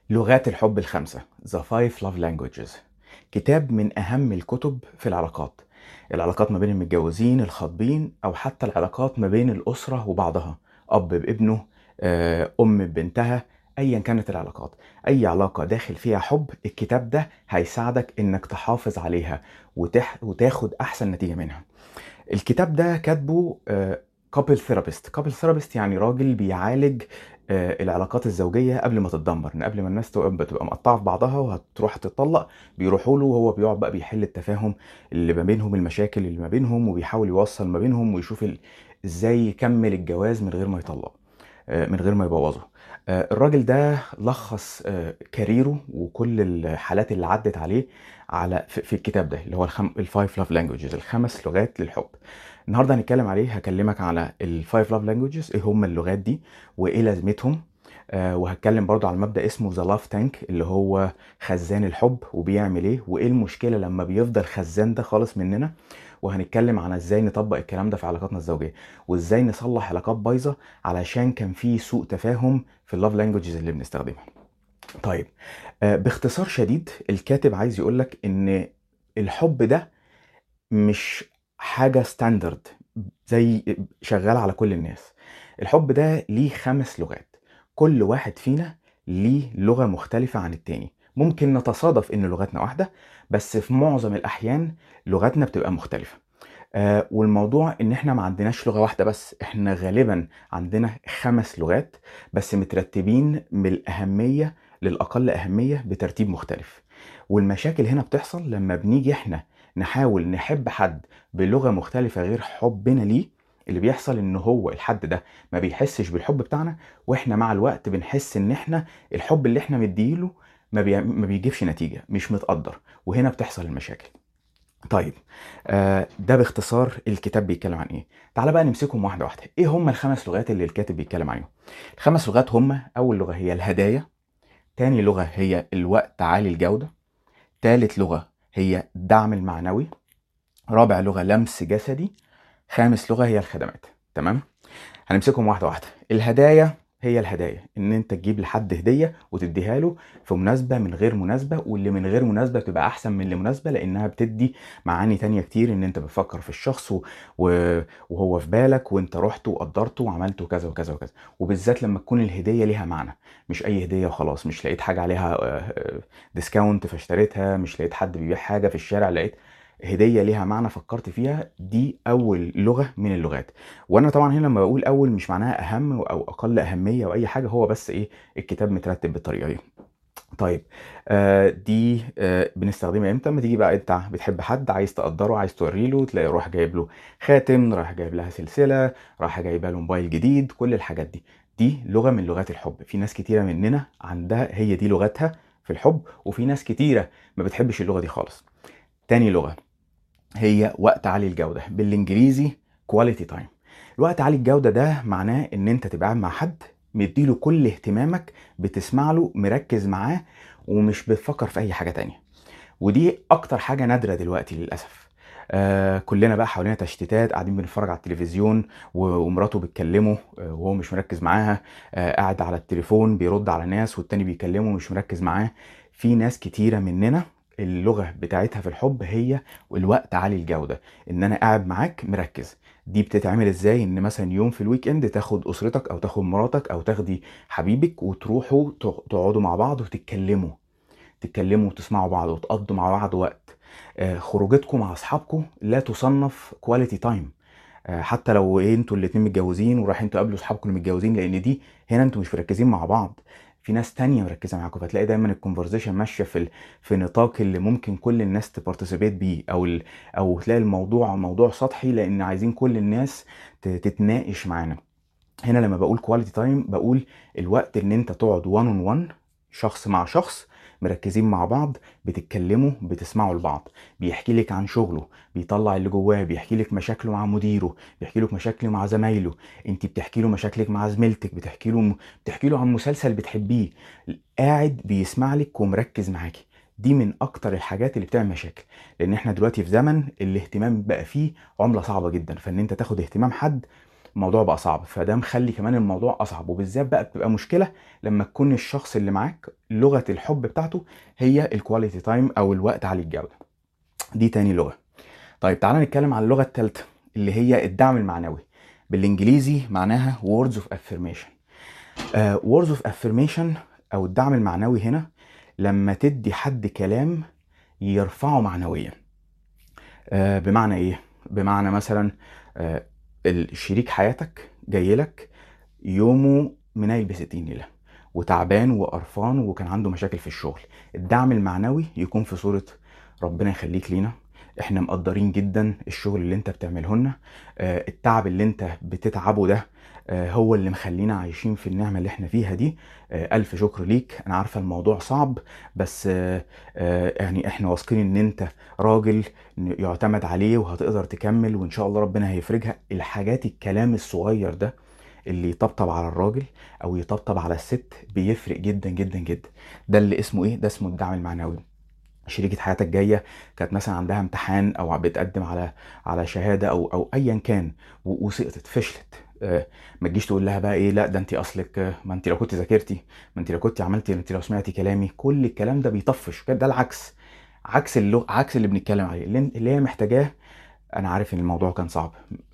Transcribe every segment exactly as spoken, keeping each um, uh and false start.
لغات الحب الخمسة The Five Love Languages. كتاب من أهم الكتب في العلاقات العلاقات ما بين المتجوزين الخاطبين أو حتى العلاقات ما بين الأسرة وبعضها، أب بابنه، آه، أم ببنتها، أيا كانت العلاقات. أي علاقة داخل فيها حب الكتاب ده هيساعدك إنك تحافظ عليها وتح... وتاخد أحسن نتيجة منها. الكتاب ده كاتبه كابل ثيرابيست. كابل ثيرابيست يعني راجل بيعالج آه، العلاقات الزوجيه قبل ما تتدمر، ان قبل ما الناس تبقى بتبقى مقطعه في بعضها وهتروح تتطلق، بيروحوا له وهو بيقعد بقى بيحل التفاهم اللي ما بينهم، المشاكل اللي ما بينهم، وبيحاول يوصل ما بينهم ويشوف ال- ازاي يكمل الجواز من غير ما يطلق، آه، من غير ما يبوظه. آه، الراجل ده لخص آه، كاريره وكل الحالات اللي عدت عليه على في في الكتاب ده اللي هو الفايف لاف لانجوجز، الخمس لغات للحب. النهارده هنتكلم عليه، هكلمك على الفايف لاف لانجوجز، ايه هم اللغات دي وايه لازمتهم. آه وهتكلم برضو على مبدأ اسمه ذا لاف تانك اللي هو خزان الحب، وبيعمل ايه وايه المشكلة لما بيفضل خزان ده خالص مننا. وهنتكلم على ازاي نطبق الكلام ده في علاقاتنا الزوجية، وازاي نصلح علاقات بايظة علشان كان في سوء تفاهم في اللاف لانجوجز اللي بنستخدمها. طيب، آه باختصار شديد الكاتب عايز يقولك ان الحب ده مش حاجة ستاندرد زي شغال على كل الناس. الحب ده ليه خمس لغات، كل واحد فينا ليه لغة مختلفة عن التاني. ممكن نتصادف ان لغتنا واحدة، بس في معظم الاحيان لغتنا بتبقى مختلفة. آه والموضوع ان احنا ما عندناش لغة واحدة بس، احنا غالبا عندنا خمس لغات بس مترتبين من الاهمية للاقل اهمية بترتيب مختلف. والمشاكل هنا بتحصل لما بنيجي احنا نحاول نحب حد بلغة مختلفة غير حبنا ليه. اللي بيحصل ان هو الحد ده ما بيحسش بالحب بتاعنا، واحنا مع الوقت بنحس ان احنا الحب اللي احنا مديله ما, بي... ما بيجيبش نتيجة، مش متقدر، وهنا بتحصل المشاكل. طيب، آه ده باختصار الكتاب بيتكلم عن ايه. تعال بقى نمسكهم واحده واحده. ايه هم الخمس لغات اللي الكاتب بيتكلم عنهم؟ الخمس لغات هم: اول لغه هي الهدايا، تاني لغه هي الوقت عالي الجوده، تالت لغه هي الدعم المعنوي، رابع لغه لمس جسدي، خامس لغه هي الخدمات. تمام، هنمسكهم واحده واحده. الهدايا هي الهدايا ان انت تجيب لحد هديه وتديها له في مناسبه من غير مناسبه، واللي من غير مناسبه بتبقى احسن من اللي مناسبه، لانها بتدي معاني تانية كتير، ان انت بتفكر في الشخص و... و- وهو في بالك، وانت رحت وقدرته وعملته كذا وكذا وكذا. وبالذات لما تكون الهديه ليها معنى، مش اي هديه وخلاص. مش لقيت حاجه عليها ديسكاونت فاشتريتها، مش لقيت حد بيبيع حاجه في الشارع، لقيت هديه ليها معنى فكرت فيها. دي اول لغه من اللغات. وانا طبعا هنا لما بقول اول مش معناها اهم او اقل اهميه او اي حاجه، هو بس ايه، الكتاب مترتب بالطريقه دي. طيب، آه دي آه بنستخدمها امتى؟ لما تيجي بقى انت بتحب حد، عايز تقدره، عايز توري له، تلاقي روح جايب له خاتم، راح جايب لها سلسله، راح جايبه له موبايل جديد، كل الحاجات دي. دي لغه من لغات الحب. في ناس كتيره مننا عندها هي دي لغتها في الحب، وفي ناس كتيره ما بتحبش اللغه دي خالص. تاني لغه هي وقت عالي الجودة، بالانجليزي كواليتي تايم. الوقت عالي الجودة ده معناه ان انت تبقى قاعد مع حد مديله كل اهتمامك، بتسمع له، مركز معاه، ومش بتفكر في اي حاجة تانية. ودي اكتر حاجة نادرة دلوقتي للأسف. آه كلنا بقى حوالينا تشتيتات، قاعدين بنتفرج على التلفزيون و- ومراته بتكلمه آه وهو مش مركز معاها، آه قاعد على التليفون بيرد على ناس والتاني بيكلمه ومش مركز معاه. في ناس كتيرة مننا اللغة بتاعتها في الحب هي الوقت عالي الجودة، ان انا قاعد معاك مركز. دي بتتعمل ازاي؟ ان مثلا يوم في الويك اند تاخد اسرتك او تاخد مراتك او تاخدي حبيبك وتروحوا تقعدوا مع بعض وتتكلموا، تتكلموا وتسمعوا بعض وتقضوا مع بعض وقت. آه، خروجتكم مع اصحابكم لا تصنف كواليتي تايم، حتى لو ايه انتوا الاتنين متجوزين ورايحين تقابلوا اصحابكم اللي متجوزين، لان دي هنا انتوا مش مركزين مع بعض، في ناس تانية مركزة معاكم. فتلاقي دايما الكونفرزيشن ماشية في ال... في نطاق اللي ممكن كل الناس تبارتيسيبيت بيه، او ال... او تلاقي الموضوع موضوع سطحي لان عايزين كل الناس ت... تتناقش معانا. هنا لما بقول كواليتي تايم بقول الوقت ان انت تقعد وان اون وان، شخص مع شخص، مركزين مع بعض، بتتكلموا، بتسمعوا لبعض. بيحكي لك عن شغله، بيطلع اللي جواه، بيحكي لك مشاكله مع مديره، بيحكي لك مشاكله مع زمايله، انت بتحكي له مشاكلك مع زميلتك، بتحكي له بتحكي له عن مسلسل بتحبيه، قاعد بيسمع لك ومركز معاكي. دي من اكتر الحاجات اللي بتعمل مشاكل، لان احنا دلوقتي في زمن الاهتمام بقى فيه عملة صعبة جدا. فان انت تاخد اهتمام حد الموضوع بقى صعب، فده مخلي كمان الموضوع اصعب. وبالذات بقى بتبقى مشكله لما تكون الشخص اللي معاك لغه الحب بتاعته هي الكواليتي تايم او الوقت عالي الجوده. دي تاني لغه. طيب تعالى نتكلم عن اللغه الثالثه اللي هي الدعم المعنوي. بالانجليزي معناها words of affirmation. uh, words of affirmation او الدعم المعنوي هنا لما تدي حد كلام يرفعه معنويا. آه بمعنى ايه؟ بمعنى مثلا آه الشريك حياتك جاي لك يومه منايل بستين ليله وتعبان وقرفان وكان عنده مشاكل في الشغل، الدعم المعنوي يكون في صورة ربنا يخليك لينا، احنا مقدرين جدا الشغل اللي انت بتعمله لنا، آه التعب اللي انت بتتعبه ده آه هو اللي مخلينا عايشين في النعمة اللي احنا فيها دي، آه الف شكر ليك، انا عارفة الموضوع صعب بس آه آه يعني احنا واثقين ان انت راجل يعتمد عليه وهتقدر تكمل وان شاء الله ربنا هيفرجها. الحاجات الكلام الصغير ده اللي يطبطب على الراجل او يطبطب على الست بيفرق جدا جدا جدا. ده اللي اسمه ايه؟ ده اسمه الدعم المعنوي. شريكة حياتك جايه كانت مثلا عندها امتحان او بتقدم على على شهاده او او ايا كان وسقطت فشلت، آه ما تجيش تقول لها بقى ايه لا ده انت اصلك آه ما انت لو كنت ذاكرتي، ما انت لو كنت عملتي، ما انت لو سمعتي كلامي. كل الكلام ده بيطفش، ده العكس، عكس اللي عكس اللي بنتكلم عليه اللي, اللي هي محتاجاه. انا عارف ان الموضوع كان صعب،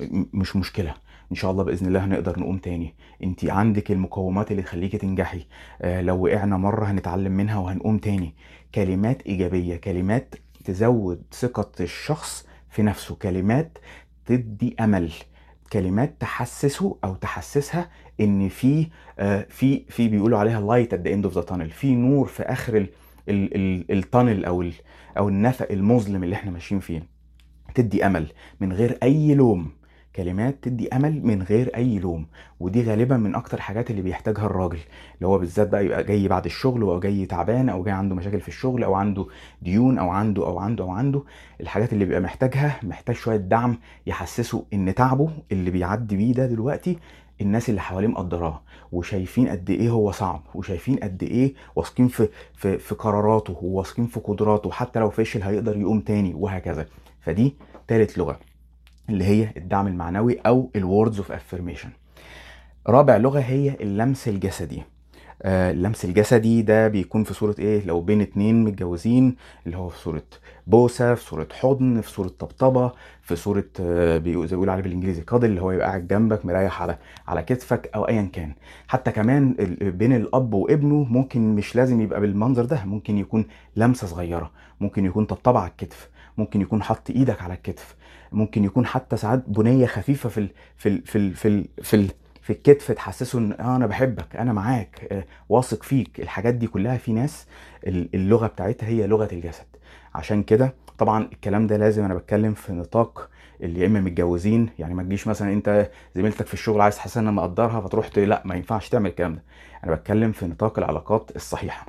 مش مشكله، ان شاء الله باذن الله هنقدر نقوم تاني، انت عندك المقومات اللي تخليكي تنجحي، آه لو وقعنا مره هنتعلم منها وهنقوم تاني. كلمات ايجابيه، كلمات تزود ثقه الشخص في نفسه، كلمات تدي امل، كلمات تحسسه او تحسسها ان في آه في في بيقولوا عليها لايت ات ذا اند اوف ذا تانل، في نور في اخر ال ال ال التانل او ال او النفق المظلم اللي احنا ماشيين فيه. تدي امل من غير اي لوم، كلمات تدي امل من غير اي لوم. ودي غالبا من اكتر حاجات اللي بيحتاجها الراجل، اللي هو بالذات بقى يبقى جاي بعد الشغل او جاي تعبان او جاي عنده مشاكل في الشغل او عنده ديون او عنده او عنده او عنده الحاجات اللي بيبقى محتاجها، محتاج شويه دعم يحسسه ان تعبه اللي بيعدي بيه ده دلوقتي الناس اللي حواليه مقدراه وشايفين قد ايه هو صعب، وشايفين قد ايه واثقين في في في قراراته وواثقين في قدراته، حتى لو فشل هيقدر يقوم تاني وهكذا. فدي تالت لغة اللي هي الدعم المعنوي او الوردز اوف افirmation. رابع لغة هي اللمس الجسدي. آه اللمس الجسدي ده بيكون في صورة ايه؟ لو بين اتنين متجوزين اللي هو في صورة بوسة، في صورة حضن، في صورة طبطبة، في صورة آه زي ما بيقولوا عليه بالانجليزي كادل، اللي هو يبقى قاعد جنبك مريح على على كتفك او ايا كان. حتى كمان بين الاب وابنه ممكن مش لازم يبقى بالمنظر ده، ممكن يكون لمسة صغيرة، ممكن يكون طبطبة على الكتف، ممكن يكون حط ايدك على الكتف، ممكن يكون حتى ساعات بنية خفيفة في ال في ال في ال في ال في, ال في الكتف تحسسه ان آه انا بحبك، انا معاك، آه واثق فيك. الحاجات دي كلها في ناس اللغة بتاعتها هي لغة الجسد. عشان كده طبعا الكلام ده لازم انا بتكلم في نطاق اللي يا اما متجوزين، يعني ما تجيش مثلا انت زميلتك في الشغل عايز تحس ان انا مقدرها فتروح ت- لا ما ينفعش تعمل الكلام ده. انا بتكلم في نطاق العلاقات الصحيحة.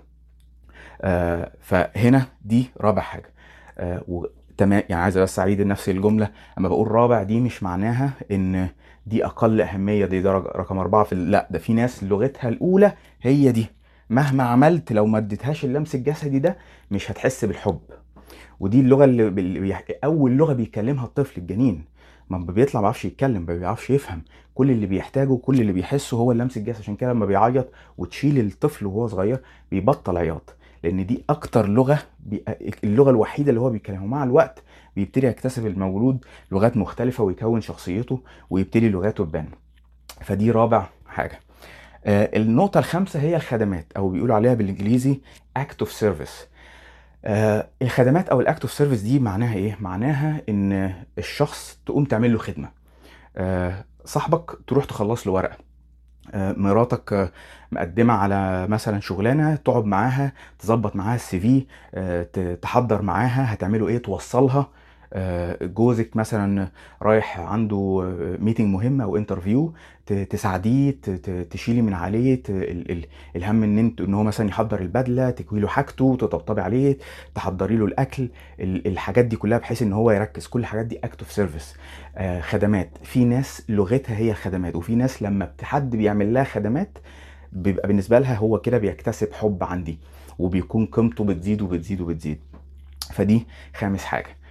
آه فهنا دي رابع حاجة. آه وتمام، يعني عايز بس اعيد نفس الجملة، اما بقول رابع دي مش معناها ان دي اقل اهمية، دي درجة رقم اربعة في ال- لا، ده في ناس لغتها الاولى هي دي، مهما عملت لو ما اديتهاش اللمس الجسدي ده مش هتحس بالحب. ودي اللغة اللي اللي بيح- اول لغة بيكلمها الطفل الجنين، ما بيطلع ما بيعرفش يتكلم، ما بيعرفش يفهم، كل اللي بيحتاجه كل اللي بيحسه هو اللمس الجسدي. عشان كده لما بيعيط وتشيل الطفل وهو صغير بيبطل عياط، لان دي اكتر لغة بي... اللغة الوحيدة اللي هو بيتكلمها. ومع الوقت بيبتدي يكتسب المولود لغات مختلفة ويكون شخصيته ويبتدي لغاته تبان. فدي رابع حاجة. آه النقطة الخامسة هي الخدمات، او بيقولوا عليها بالانجليزي act of service. آه الخدمات او الاكت اوف سيرفيس دي معناها ايه؟ معناها ان الشخص تقوم تعمل له خدمه. آه صاحبك تروح تخلص له ورقه، آه مراتك آه مقدمه على مثلا شغلانه تقعد معاها تظبط معاها السي في، آه ت- تحضر معاها هتعملوا ايه، توصلها. آه جوزك مثلا رايح عنده ميتنج مهم او انترفيو، تساعديه، ت- ت- تشيلي من عليه ت- ال- ال- الهم ان انت ان هو مثلا يحضر البدله، تكوي له حاجته، تطبطبي عليه، تحضري له الاكل، ال- الحاجات دي كلها بحيث ان هو يركز. كل الحاجات دي اكت اوف سيرفيس، خدمات. في ناس لغتها هي خدمات، وفي ناس لما حد بيعمل لها خدمات بيبقى بالنسبه لها هو كده بيكتسب حب عندي، وبيكون قيمته بتزيد وبتزيد وبتزيد. فدي خامس حاجه.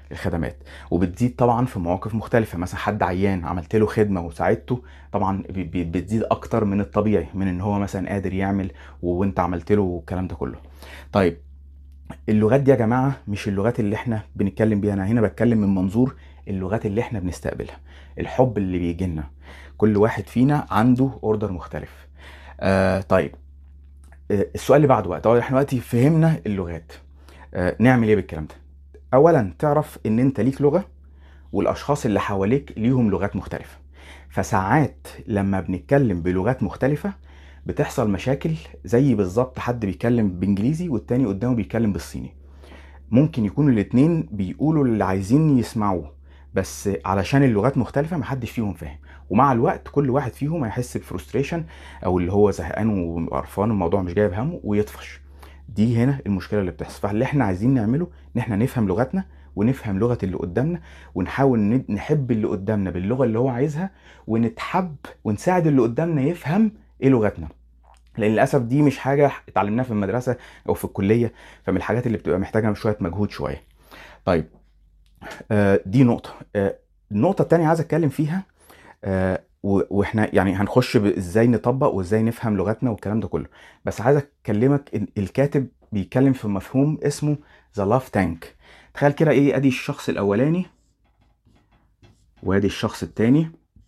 الخدمات. وبتزيد طبعا في مواقف مختلفه، مثلا حد عيان عملت له خدمه وساعدته، طبعا بي- بي- بتزيد اكتر من الطبيعي، من ان هو مثلا قادر يعمل وانت عملت له الكلام ده كله. طيب اللغات دي يا جماعه مش اللغات اللي احنا بنتكلم بيها، انا هنا بتكلم من منظور اللغات اللي احنا بنستقبلها، الحب اللي بيجي لنا. كل واحد فينا عنده اوردر مختلف. آه طيب، آه السؤال اللي بعده بقى، طبعا احنا دلوقتي فهمنا اللغات، آه نعمل ايه بالكلام ده؟ اولا تعرف ان انت ليك لغه، والاشخاص اللي حواليك ليهم لغات مختلفه. فساعات لما بنتكلم بلغات مختلفه بتحصل مشاكل، زي بالظبط حد بيتكلم بانجليزي والتاني قدامه بيتكلم بالصيني. ممكن يكونوا الاتنين بيقولوا اللي عايزين يسمعوه، بس علشان اللغات مختلفة محدش فيهم فاهم، ومع الوقت كل واحد فيهم هيحس بفرستريشن، او اللي هو زهقان وقرفان الموضوع مش جايب همه ويطفش. دي هنا المشكلة اللي بتحصل. فاللي احنا عايزين نعمله ان احنا نفهم لغتنا ونفهم لغة اللي قدامنا، ونحاول ن- نحب اللي قدامنا باللغة اللي هو عايزها، ونتحب ونساعد اللي قدامنا يفهم ايه لغتنا. لان للاسف دي مش حاجه اتعلمناها في المدرسه او في الكليه، فمن الحاجات اللي بتبقى محتاجه شويه مجهود شويه. طيب، آه دي نقطه. آه النقطه التانية عايز اتكلم فيها، آه و- واحنا يعني هنخش ب- ازاي نطبق وازاي نفهم لغتنا والكلام ده كله. بس عايز اكلمك إن الكاتب بيتكلم في مفهوم اسمه ذا لاف تانك. تخيل كده ايه، ادي الشخص الاولاني وادي الشخص التاني،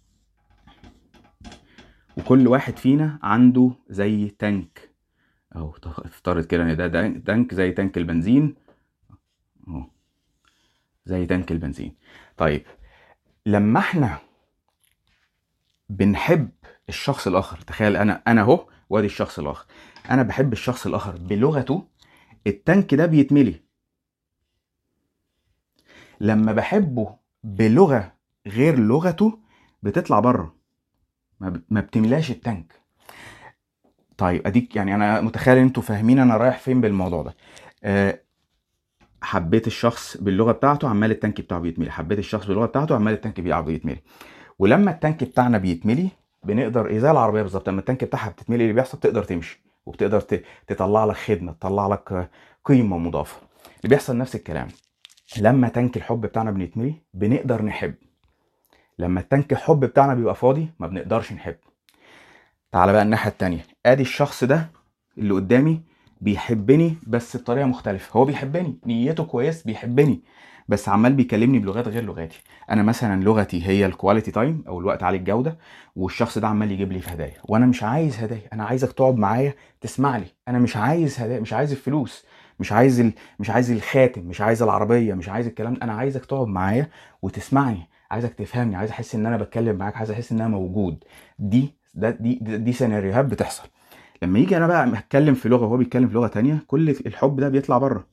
وكل واحد فينا عنده زي تانك، او افترض كده ان ده ده تانك زي تانك البنزين اهو، زي تانك البنزين. طيب لما احنا بنحب الشخص الاخر، تخيل انا انا اهو وادي الشخص الاخر، انا بحب الشخص الاخر بلغته، التانك ده بيتملي. لما بحبه بلغة غير لغته بتطلع بره، ما ب- ما بتملاش التانك. طيب اديك يعني انا متخيل انتوا فاهمين انا رايح فين بالموضوع ده. أه حبيت الشخص باللغه بتاعته عمال التانك بتاعه بيتملي، حبيت الشخص باللغه بتاعته عمال التانك بتاعه بيتملي. ولما التانك بتاعنا بيتملي بنقدر ايه، زي العربيه بالظبط، لما التانك بتاعها بتتملي اللي بيحصل بتقدر تمشي، وبتقدر ت- تطلع لك خدمه، تطلع لك آه، قيمه مضافه. اللي بيحصل نفس الكلام، لما تانك الحب بتاعنا بنتملي بنقدر نحب. لما التانك الحب بتاعنا بيبقى فاضي ما بنقدرش نحب. تعال بقى الناحيه التانيه، ادي الشخص ده اللي قدامي بيحبني بس بطريقه مختلفه. هو بيحبني، نيته كويس، بيحبني، بس عمال بيكلمني بلغات غير لغتي. انا مثلا لغتي هي الكواليتي تايم او الوقت عالي الجوده، والشخص ده عمال يجيب لي في هدايا، وانا مش عايز هدايا، انا عايزك تقعد معايا تسمع لي. انا مش عايز هدايا، مش عايز الفلوس، مش عايز ال... مش عايز الخاتم، مش عايز العربيه، مش عايز الكلام ده. انا عايزك تقعد معايا وتسمعني، عايزك تفهمني، عايز احس ان انا بتكلم معاك، عايز احس ان انا موجود. دي ده دي دي, دي سيناريوهات بتحصل. لما يجي انا بقى هتكلم في لغه وهو بيتكلم في لغه تانية، كل الحب ده بيطلع بره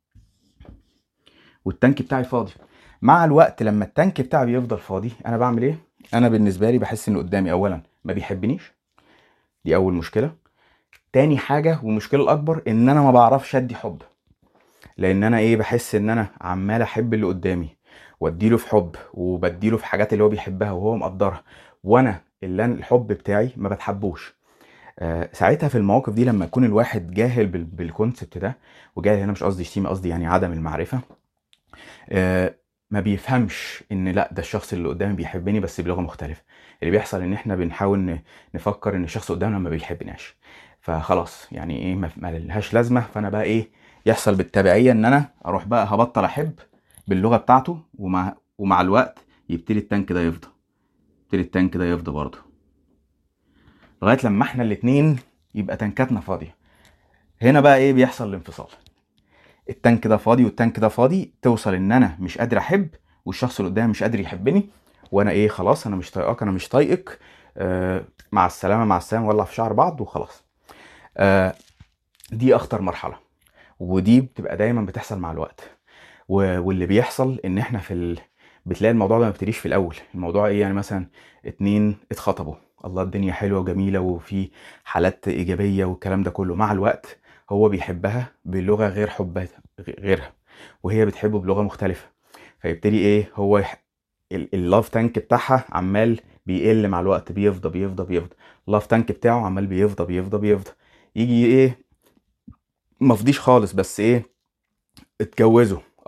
والتانك بتاعي فاضي. مع الوقت لما التانك بتاعي بيفضل فاضي انا بعمل ايه؟ انا بالنسبه لي بحس ان قدامي اولا ما بيحبنيش، دي اول مشكله. تاني حاجه والمشكله الاكبر ان انا ما بعرفش ادي حب، لان انا ايه، بحس ان انا عمال احب اللي قدامي واديله في حب وبديله في حاجات اللي هو بيحبها وهو مقدرها، وانا اللي أنا الحب بتاعي ما بتحبوش. آه، ساعتها في المواقف دي لما يكون الواحد جاهل بال- بالكونسبت ده، وجاهل هنا مش قصدي شتيمه، قصدي يعني عدم المعرفه، آه، ما بيفهمش ان لا ده الشخص اللي قدامي بيحبني بس بلغه مختلفه. اللي بيحصل ان احنا بنحاول ن- نفكر ان الشخص قدامنا ما بيحبناش، فخلاص يعني ايه، ما ما لهاش لازمه. فانا بقى ايه، يحصل بالتبعيه ان انا اروح بقى هبطل احب باللغه بتاعته، ومع ومع الوقت يبتدي التانك ده يفضى، يبتدي التانك ده يفضى برضه، لغايه لما احنا الاتنين يبقى تنكاتنا فاضيه. هنا بقى ايه بيحصل الانفصال، التانك ده فاضي والتانك ده فاضي، توصل ان انا مش قادر احب والشخص اللي قدامي مش قادر يحبني، وانا ايه، خلاص انا مش طايقاك، انا مش طايقك، آه مع السلامه مع السلامه، ولع في شعر بعض وخلاص. آه دي اخطر مرحله، ودي بتبقى دايما بتحصل مع الوقت. و- واللي بيحصل ان احنا في ال... بتلاقي الموضوع ده ما بيبتديش في الاول. الموضوع ايه يعني، مثلا اتنين اتخطبوا، الله الدنيا حلوه وجميله وفي حالات ايجابيه والكلام ده كله، مع الوقت هو بيحبها بلغه غير حبها غيرها، وهي بتحبه بلغه مختلفه. فيبتدي ايه، هو يح... اللاف تانك بتاعها عمال بيقل مع الوقت، بيفضى بيفضى بيفضى، اللاف تانك بتاعه عمال بيفضى بيفضى بيفضى. يجي ايه، مفضيش خالص، بس ايه، اتجوزوا،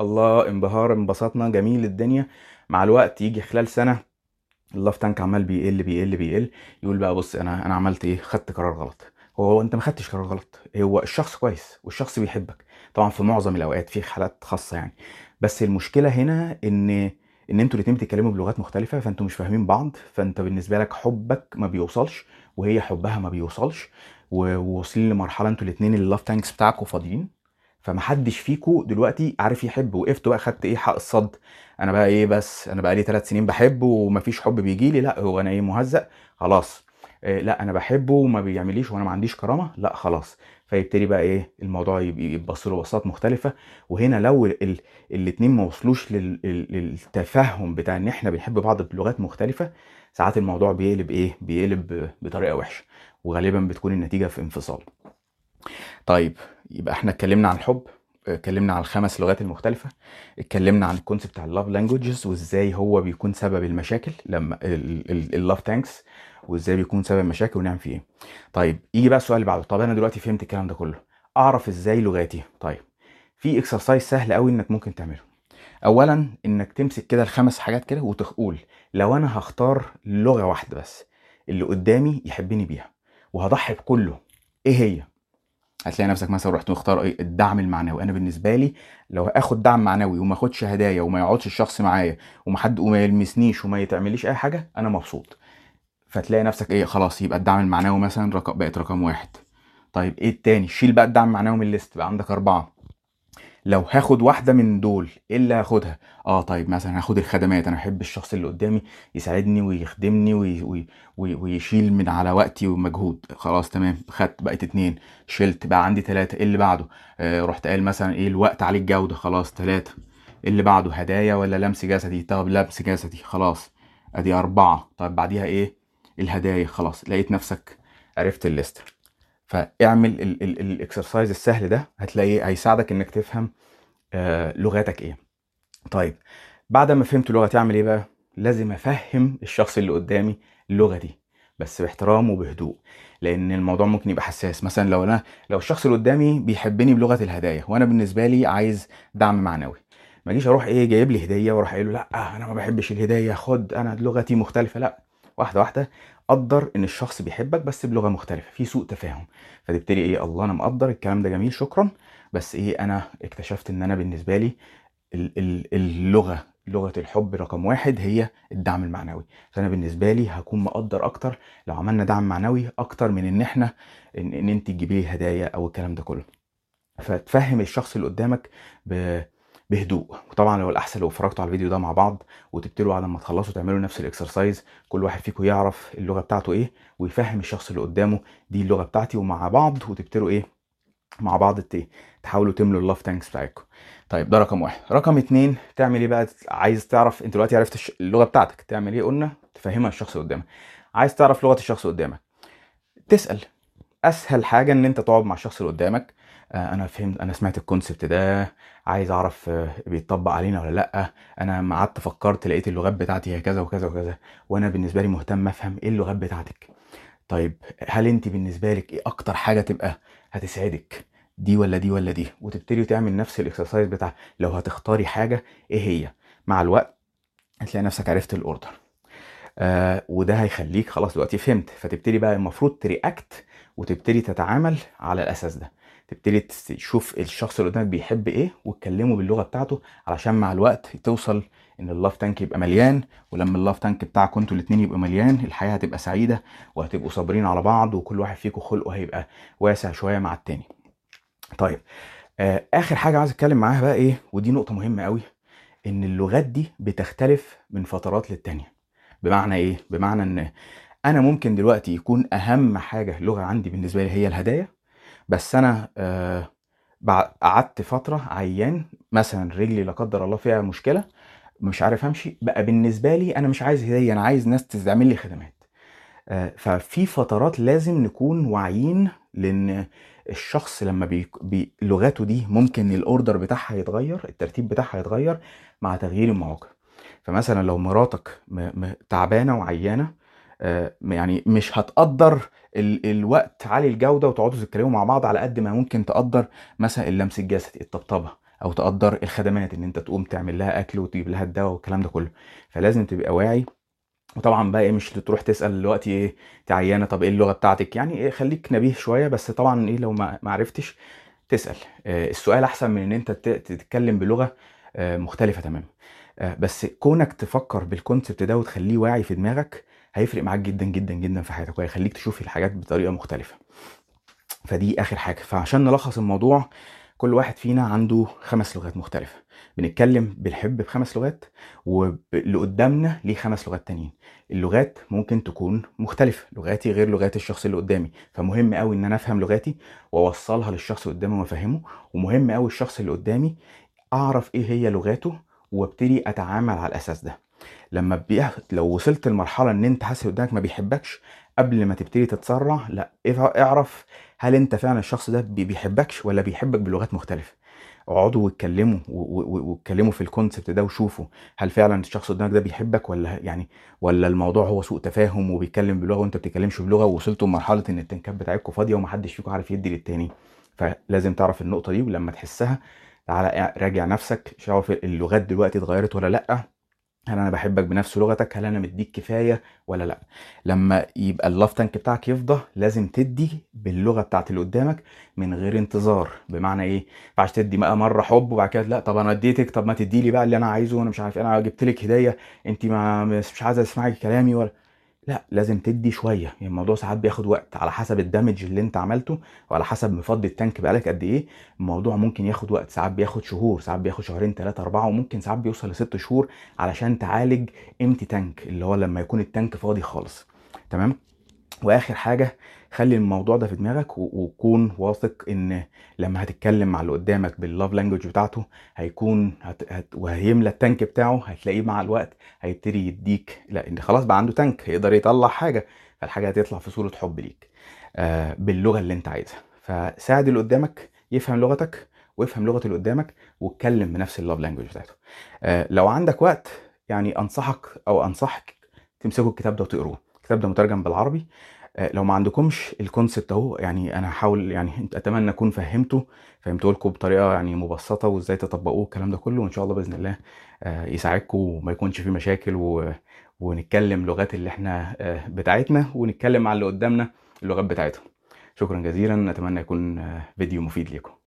الله، انبهار، انبسطنا، جميل الدنيا. مع الوقت يجي خلال سنه اللاف تانك عمال بيقل بيقل بيقل، يقول بقى بص انا انا عملت ايه، خدت قرار غلط. هو انت ما خدتش قرار غلط، هو الشخص كويس والشخص بيحبك طبعا في معظم الاوقات، في حالات خاصه يعني. بس المشكله هنا ان ان انتوا الاتنين بتتكلموا بلغات مختلفه، فانتوا مش فاهمين بعض، فانت بالنسبه لك حبك ما بيوصلش وهي حبها ما بيوصلش، و- وواصلين لمرحله انتوا الاتنين اللاف تانكس بتاعكم فاضيين. فمحدش فيكو دلوقتي عارف يحب. وقفت بقى خدت ايه، حق الصد. انا بقى ايه، بس انا بقى لي ثلاث سنين بحبه ومفيش حب بيجي لي، لا هو انا ايه، مهزأ خلاص. إيه، لا انا بحبه وما بيعمليش وانا ما عنديش كرامه، لا خلاص. فيبتدي بقى ايه الموضوع، يبقى يبص له بصات مختلفه. وهنا لو ال... ال... الاتنين ما وصلوش لل... لل- للتفهم بتاع ان احنا بنحب بعض بلغات مختلفه، ساعات الموضوع بيقلب ايه، بيقلب بطريقه وحشه، وغالبا بتكون النتيجه في انفصال. طيب، يبقى احنا اتكلمنا عن الحب، اتكلمنا عن الخمس لغات المختلفة، اتكلمنا عن الكونسيبت بتاع اللاف لانجوجز وازاي هو بيكون سبب المشاكل لما اللاف تانكس، وازاي بيكون سبب المشاكل ونعمل فيه ايه. طيب يجي بقى السؤال اللي بعده، طب انا دلوقتي فهمت الكلام ده كله، اعرف ازاي لغاتي؟ طيب في اكسرسايز سهل قوي انك ممكن تعمله. اولا انك تمسك كده الخمس حاجات كده وتقول لو انا هختار لغة واحدة بس اللي قدامي يحبني بيها وهضحي بكله، ايه هي؟ هتلاقي نفسك مثلا رحت مختار ايه، الدعم المعنوي. انا بالنسبه لي لو اخد دعم معنوي وما اخدش هدايا وما يقعدش الشخص معايا وما حد وما يلمسنيش وما يتعمليش اي حاجه، انا مبسوط. فتلاقي نفسك ايه، خلاص يبقى الدعم المعنوي مثلا رقم، بقت رقم واحد. طيب ايه التاني؟ شيل بقى الدعم المعنوي من الليست، بقى عندك اربعه. لو هاخد واحدة من دول ايه اللي هاخدها؟ اه طيب مثلا هاخد الخدمات. انا احب الشخص اللي قدامي يساعدني ويخدمني وي وي وي ويشيل من على وقتي ومجهود، خلاص تمام، خدت بقيت اتنين. شلت بقى عندي تلاتة، ايه اللي بعده؟ آه رحت قايل مثلا ايه، الوقت عليه الجودة، خلاص تلاتة. إيه اللي بعده؟ هدايا ولا لمس جسدي؟ طب لمس جسدي، خلاص ادي اربعة. طيب بعديها ايه؟ الهدايا، خلاص لقيت نفسك عرفت الليست. فاعمل الاكسرسايز السهل ده، هتلاقيه هيساعدك انك تفهم آه، لغتك ايه. طيب بعد ما فهمت لغتي اعمل ايه بقى؟ لازم افهم الشخص اللي قدامي اللغه دي، بس باحترام وبهدوء، لان الموضوع ممكن يبقى حساس. مثلا لو انا لو الشخص اللي قدامي بيحبني بلغه الهدايا وانا بالنسبه لي عايز دعم معنوي، ما اجيش اروح ايه جايب لي هديه واروح قايل له لا انا ما بحبش الهديه، خد انا لغتي مختلفه. لا، واحده واحده. قدر ان الشخص بيحبك بس بلغه مختلفه، في سوء تفاهم. فتبتدي ايه، الله انا مقدر الكلام ده جميل شكرا، بس ايه انا اكتشفت ان انا بالنسبه لي ال- ال- اللغة لغة الحب رقم واحد هي الدعم المعنوي. فأنا بالنسبة لي هكون مقدر أكتر لو عملنا دعم معنوي أكتر من إن إحنا إن, إن أنت تجيبي لي هدايا أو الكلام ده كله. فتفهم الشخص اللي قدامك ب... بهدوء. وطبعا لو الأحسن لو اتفرجتوا على الفيديو ده مع بعض وتبتدوا بعد ما تخلصوا تعملوا نفس الإكسرسايز، كل واحد فيكم يعرف اللغة بتاعته إيه ويفهم الشخص اللي قدامه دي اللغة بتاعتي، ومع بعض وتبتدوا إيه مع بعض ت- تحاولوا تملوا اللاف تانكس بتاعتكم. طيب ده رقم واحد. رقم اتنين، تعمل ايه بقى؟ عايز تعرف انت دلوقتي عرفت الش- اللغه بتاعتك، تعمل ايه؟ قلنا تفهمها الشخص اللي قدامك. عايز تعرف لغه الشخص اللي قدامك، تسال. اسهل حاجه ان انت تقعد مع الشخص اللي قدامك، آه انا فهمت، انا سمعت الكونسبت ده، عايز اعرف آه بيتطبق علينا ولا لا. انا ما قعدت فكرت لقيت اللغات بتاعتي هي كذا وكذا وكذا، وانا بالنسبه لي مهتم افهم ايه اللغات بتاعتك. طيب هل انت بالنسبه لك ايه اكتر حاجه تبقى هتسعدك، دي ولا دي ولا دي؟ وتبتدي تعمل نفس الاكسرسايز بتاع لو هتختاري حاجه ايه هي. مع الوقت هتلاقي نفسك عرفت الاوردر، آه وده هيخليك خلاص دلوقتي فهمت. فتبتدي بقى المفروض ترياكت وتبتدي تتعامل على الاساس ده. تبتدي تشوف الشخص اللي قدامك بيحب ايه وتكلمه باللغه بتاعته، علشان مع الوقت توصل ان اللاف تانك يبقى مليان. ولما اللاف تانك بتاعكم انتوا الاتنين يبقى مليان، الحياه هتبقى سعيده وهتبقوا صابرين على بعض، وكل واحد فيكم خلقه هيبقى واسع شويه مع التاني. طيب آه اخر حاجه عايز اتكلم معاها بقى ايه، ودي نقطه مهمه قوي، ان اللغات دي بتختلف من فترات للتانيه. بمعنى ايه؟ بمعنى ان انا ممكن دلوقتي يكون اهم حاجه لغه عندي بالنسبه لي هي الهدايا، بس انا آه بع- قعدت فتره عيان مثلا، رجلي لا قدر الله فيها مشكله، مش عارف امشي، بقى بالنسبه لي انا مش عايز هديه، انا عايز ناس تعمل لي خدمات. آه، ففي فترات لازم نكون واعيين، لان الشخص لما بي... بي... لغاته دي ممكن الاوردر بتاعها يتغير، الترتيب بتاعها يتغير مع تغيير المواقف. فمثلا لو مراتك م... م... تعبانه وعيانه، آه، يعني مش هتقدر ال... الوقت عالي الجوده وتقعدوا تتكلموا مع بعض على قد ما ممكن تقدر مثلا اللمس الجسدي، الطبطبه، او تقدر الخدمات، ان انت تقوم تعمل لها اكل وتجيب لها الدواء والكلام ده كله. فلازم تبقى واعي. وطبعا بقى ايه، مش تروح تسال دلوقتي ايه تعيانه طب ايه اللغه بتاعتك، يعني ايه خليك نبيه شويه، بس طبعا ايه لو ما ما عرفتش تسال. آه، السؤال احسن من ان انت ت- تتكلم بلغه آه، مختلفه تماما. آه، بس كونك تفكر بالكونسبت ده وتخليه واعي في دماغك هيفرق معاك جدا جدا جدا في حياتك، وهيخليك تشوف الحاجات بطريقه مختلفه. فدي اخر حاجه. فعشان نلخص الموضوع، كل واحد فينا عنده خمس لغات مختلفه، بنتكلم بنحب بخمس لغات، واللي قدامنا ليه خمس لغات تانيين. اللغات ممكن تكون مختلفه، لغاتي غير لغات الشخص اللي قدامي، فمهم قوي ان انا افهم لغاتي واوصلها للشخص اللي قدامي وافهمه. ومهم قوي الشخص اللي قدامي اعرف ايه هي لغاته وابتدي اتعامل على الاساس ده. لما بيح... لو وصلت لمرحله ان انت حاسس قدامك ما بيحبكش، قبل ما تبتدي تتسرع، لا اف- اعرف هل انت فعلا الشخص ده بي- بيحبكش ولا بيحبك بلغات مختلفه. اقعدوا واتكلموا و- و- واتكلموا في الكونسبت ده وشوفوا هل فعلا الشخص قدامك ده بيحبك، ولا يعني ولا الموضوع هو سوء تفاهم وبيتكلم بلغه وانت بتتكلمش بلغه، ووصلتوا لمرحله ان التنكات بتاعتكم فاضيه ومحدش فيكم عارف يدي للتاني. فلازم تعرف النقطه دي، ولما تحسها تعالى راجع نفسك، شوف اللغات دلوقتي اتغيرت ولا لا، هل انا بحبك بنفس لغتك، هل انا مديك كفايه ولا لا. لما يبقى اللاف تانك بتاعك يفضى لازم تدي باللغه بتاعت اللي قدامك من غير انتظار. بمعنى ايه؟ ما ينفعش تدي بقى مره حب وبعد كده لا طب انا اديتك طب ما تدي لي بقى اللي انا عايزه وانا مش عارف إيه، انا جبت لك هديه انت ما مش مش عايزه تسمعي كلامي ولا. لا، لازم تدي شويه. يعني الموضوع ساعات بياخد وقت على حسب الدمج اللي انت عملته وعلى حسب مفضي التانك بقالك قد ايه. الموضوع ممكن ياخد وقت، ساعات بياخد شهور، ساعات بياخد شهرين ثلاثه اربعه، وممكن ساعات بيوصل لست شهور علشان تعالج امتي تانك، اللي هو لما يكون التانك فاضي خالص. تمام. واخر حاجه، خلي الموضوع ده في دماغك و- وكون واثق ان لما هتتكلم مع اللي قدامك باللاف لانجوج بتاعته هيكون هت... هت... وهيملى التانك بتاعه، هتلاقيه مع الوقت هيبتدي يديك، لا ان خلاص بقى عنده تانك يقدر يطلع حاجه، فالحاجه هتطلع في صوره حب ليك آه باللغه اللي انت عايزها. فساعد اللي قدامك يفهم لغتك ويفهم لغه اللي قدامك، واتكلم بنفس اللاف لانجوج بتاعته. آه لو عندك وقت، يعني انصحك او انصحك تمسكوا الكتاب ده وتقروه. الكتاب ده مترجم بالعربي. آه، لو ما عندكمش الكونسبت اهو، يعني انا هحاول، يعني اتمنى اكون فهمته فهمته لكم بطريقه يعني مبسطه، وازاي تطبقوه الكلام ده كله، وان شاء الله باذن الله آه، يساعدكم وما يكونش فيه مشاكل و... ونتكلم لغات اللي احنا آه، بتاعتنا، ونتكلم مع اللي قدامنا اللغات بتاعتهم. شكرا جزيلا، اتمنى يكون آه، فيديو مفيد لكم.